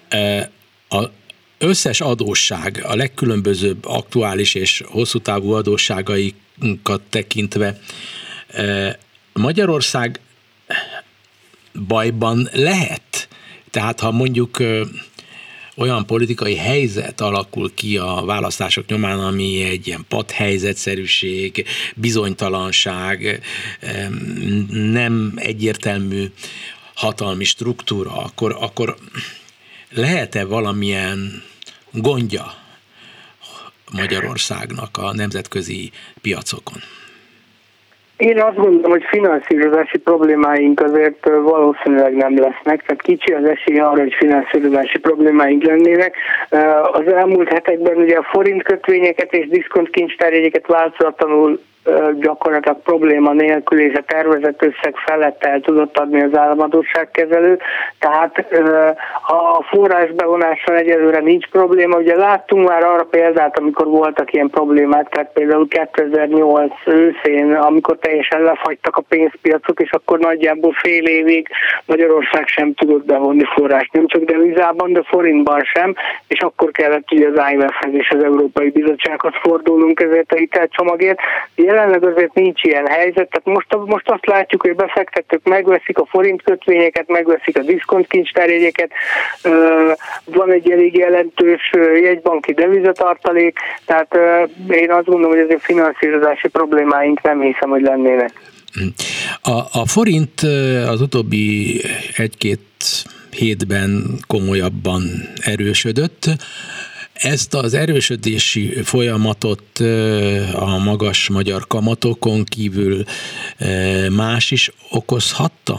Összes adósság, a legkülönbözőbb aktuális és hosszú távú adósságaikat tekintve Magyarország bajban lehet? Tehát ha mondjuk olyan politikai helyzet alakul ki a választások nyomán, ami egy ilyen patthelyzetszerűség, bizonytalanság, nem egyértelmű hatalmi struktúra, akkor lehet-e valamilyen gondja Magyarországnak a nemzetközi piacokon? Én azt gondolom, hogy finanszírozási problémáink azért valószínűleg nem lesznek, tehát kicsi az esély arra, hogy finanszírozási problémáink lennének. Az elmúlt hetekben ugye a forintkötvényeket és diszkontkincstárjegyeket változatlanul gyakorlatilag probléma nélkül és a tervezett összeg felett el tudott adni az államadósságkezelő. Tehát a forrásbevonással egyelőre nincs probléma. Ugye láttunk már arra példát, amikor voltak ilyen problémák, tehát például 2008 őszén, amikor teljesen lefagytak a pénzpiacok, és akkor nagyjából fél évig Magyarország sem tudott bevonni forrást, nem csak devizában, de forintban sem, és akkor kellett ugye az IMF-hez és az Európai Bizottsághoz fordulnunk ezért a hitelcsomagért. Jelenleg azért nincs ilyen helyzet, tehát most azt látjuk, hogy befektetők megveszik a forintkötvényeket, megveszik a diszkontkincstárjegyeket, van egy elég jelentős jegybanki devizatartalék, tehát én azt gondolom, hogy azért finanszírozási problémáink nem hiszem, hogy lennének. A forint az utóbbi egy-két hétben komolyabban erősödött. Ezt az erősödési folyamatot a magas magyar kamatokon kívül más is okozhatta?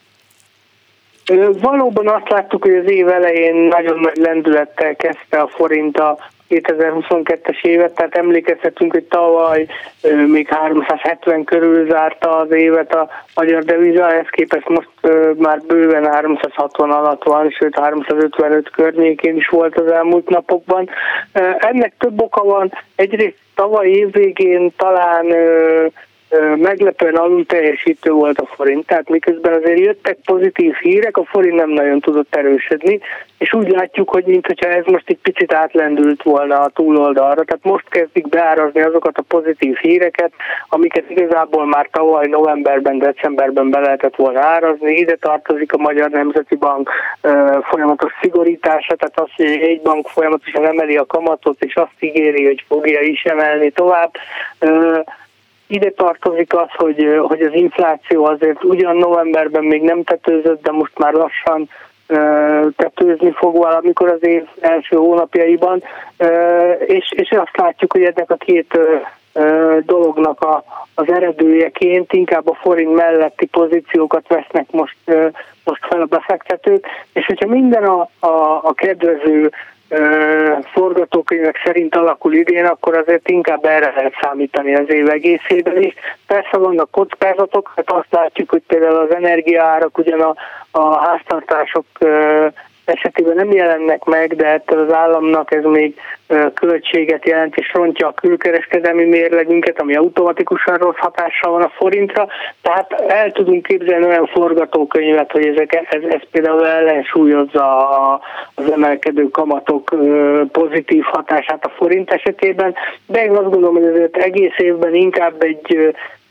Valóban azt láttuk, hogy az év elején nagyon nagy lendülettel kezdte a forint a 2022-es évet, tehát emlékezhetünk, hogy tavaly még 370 körül zárta az évet a magyar deviza, ehhez képest most már bőven 360 alatt van, sőt 355 környékén is volt az elmúlt napokban. Ennek több oka van. Egyrészt tavaly évvégén talán meglepően alul teljesítő volt a forint, tehát miközben azért jöttek pozitív hírek, a forint nem nagyon tudott erősödni, és úgy látjuk, hogy mintha ez most egy picit átlendült volna a túloldalra, tehát most kezdik beárazni azokat a pozitív híreket, amiket igazából már tavaly novemberben, decemberben be lehetett volna árazni. Ide tartozik a Magyar Nemzeti Bank folyamatos szigorítása, tehát az, hogy egy bank folyamatosan emeli a kamatot, és azt ígéri, hogy fogja is emelni tovább. Ide tartozik az, hogy az infláció azért ugyan novemberben még nem tetőzött, de most már lassan tetőzni fog valamikor az év első hónapjaiban, és azt látjuk, hogy ennek a két dolognak az eredőjeként inkább a forint melletti pozíciókat vesznek most fel a befektetők, és hogyha minden a kedvező forgatókönyvek szerint alakul idén, akkor azért inkább erre lehet számítani az év egészében is. Persze vannak kockázatok, hát azt látjuk, hogy például az energiaárak ugyan a háztartások esetében nem jelennek meg, de ettől az államnak ez még költséget jelent, és rontja a külkereskedelmi mérlegünket, ami automatikusan rossz hatással van a forintra. Tehát el tudunk képzelni olyan forgatókönyvet, hogy ez például ellensúlyozza az emelkedő kamatok pozitív hatását a forint esetében, de én azt gondolom, hogy azért egész évben inkább egy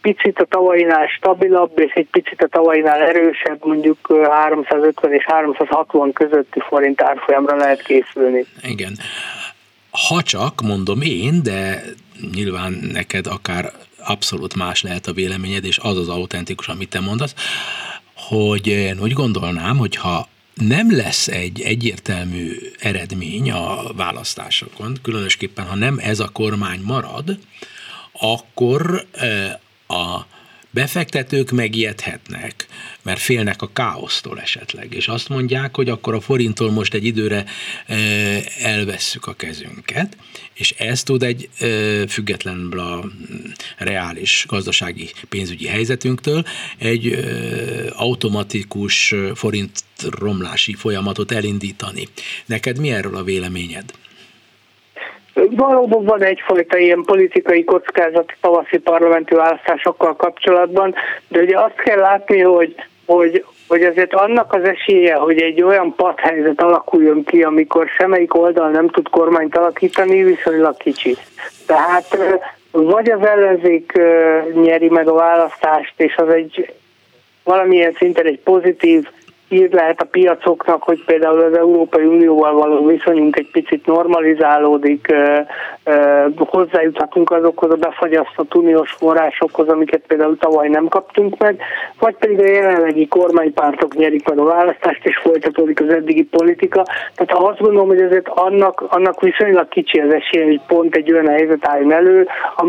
picit a tavainál stabilabb, és egy picit a tavainál erősebb, mondjuk 350 és 360 közötti forint árfolyamra lehet készülni. Igen. Ha csak, mondom én, de nyilván neked akár abszolút más lehet a véleményed, és az autentikus, amit te mondasz, hogy én úgy gondolnám, hogy ha nem lesz egy egyértelmű eredmény a választásokon, különösképpen ha nem ez a kormány marad, akkor a befektetők megijedhetnek, mert félnek a káosztól esetleg, és azt mondják, hogy akkor a forinttól most egy időre elvesszük a kezünket, és ez tud egy függetlenül a reális gazdasági pénzügyi helyzetünktől egy automatikus forint romlási folyamatot elindítani. Neked mi erről a véleményed? Valóban van egyfajta ilyen politikai kockázat tavaszi parlamenti választásokkal kapcsolatban, de ugye azt kell látni, hogy azért annak az esélye, hogy egy olyan padhelyzet alakuljon ki, amikor semmelyik oldal nem tud kormányt alakítani, viszonylag kicsi. Tehát vagy az ellenzék nyeri meg a választást, és az egy valamilyen szinten egy pozitív hír lehet a piacoknak, hogy például az Európai Unióval való viszonyunk egy picit normalizálódik, hozzájuthatunk azokhoz a befagyasztott uniós forrásokhoz, amiket például tavaly nem kaptunk meg, vagy pedig a jelenlegi kormánypártok nyerik meg a választást, és folytatódik az eddigi politika. Tehát azt gondolom, hogy azért annak viszonylag kicsi az esélye, hogy pont egy olyan helyzet álljon elő,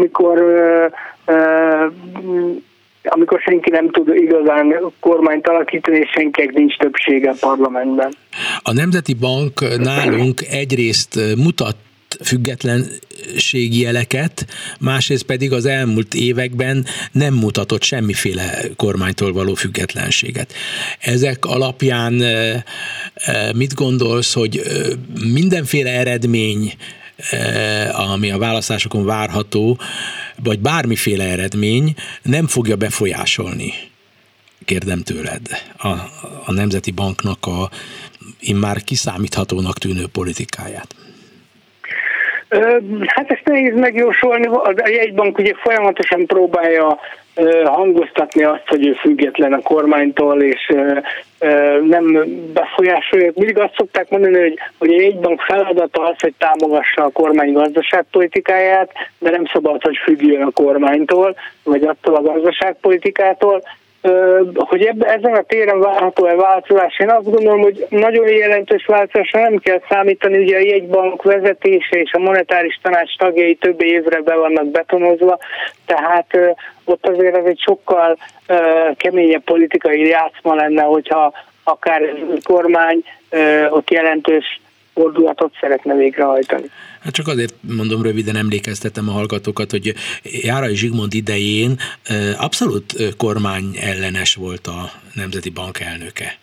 amikor senki nem tud igazán kormányt alakítani, és senkinek nincs többsége a parlamentben. A Nemzeti Bank nálunk egyrészt mutat függetlenségi jeleket, másrészt pedig az elmúlt években nem mutatott semmiféle kormánytól való függetlenséget. Ezek alapján mit gondolsz, hogy mindenféle eredmény, ami a választásokon várható, vagy bármiféle eredmény nem fogja befolyásolni, kérdem tőled, a Nemzeti Banknak a immár kiszámíthatónak tűnő politikáját? Hát ezt nehéz megjósolni. A jegybank ugye folyamatosan próbálja hangoztatni azt, hogy ő független a kormánytól, és nem befolyásolja. Mindig azt szokták mondani, hogy a jegybank feladata az, hogy támogassa a kormány gazdaságpolitikáját, de nem szabad, hogy függjön a kormánytól, vagy attól a gazdaságpolitikától. Hogy ezen a téren várható-e változás? Én azt gondolom, hogy nagyon jelentős változásra nem kell számítani, ugye a jegybank vezetése és a monetáris tanács tagjai több évre be vannak betonozva, tehát ott azért ez egy sokkal keményebb politikai játszma lenne, hogyha akár egy kormány ott jelentős fordulatot szeretne végrehajtani. Hát csak azért mondom, röviden emlékeztetem a hallgatókat, hogy Járai Zsigmond idején abszolút kormány ellenes volt a Nemzeti Bank elnöke.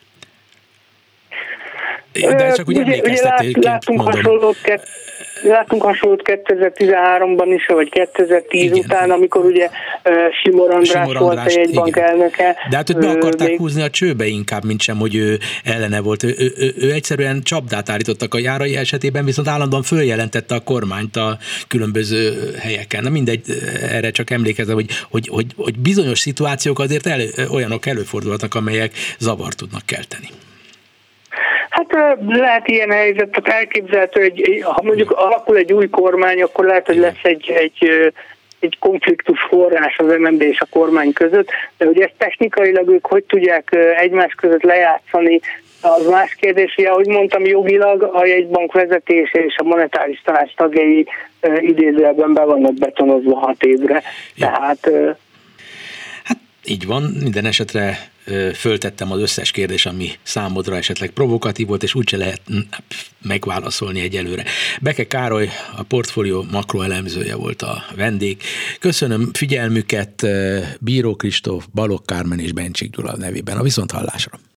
De csak úgy emlékeztetőként mondom. Látunk hasonlót 2013-ban is, vagy 2010 igen. Után, amikor ugye Simor András volt a jegybank elnöke. De hát őt be akarták húzni a csőbe inkább, mint sem, hogy ő ellene volt. Ő egyszerűen csapdát állítottak a Járai esetében, viszont állandóan följelentette a kormányt a különböző helyeken. Na mindegy, erre csak emlékezem, hogy bizonyos szituációk azért olyanok előfordulhatnak, amelyek zavart tudnak kelteni. Hát lehet ilyen helyzet, tehát elképzelhető, hogy ha mondjuk alakul egy új kormány, akkor lehet, hogy lesz egy konfliktus forrás az MNB és a kormány között, de hogy ezt technikailag ők hogy tudják egymás között lejátszani, az más kérdés, hogy ahogy mondtam, jogilag a jegybank vezetése és a monetáris tanács tagjai idézőjelben be vannak betonozva 6 évre. Tehát... Hát így van, minden esetre föltettem az összes kérdés, ami számodra esetleg provokatív volt, és úgyse lehet megválaszolni egyelőre. Beke Károly, a Portfólió makroelemzője volt a vendég. Köszönöm figyelmüket Bíró Kristóf, Balogh Kármen és Bencsik Gyula nevében. A viszonthallásra.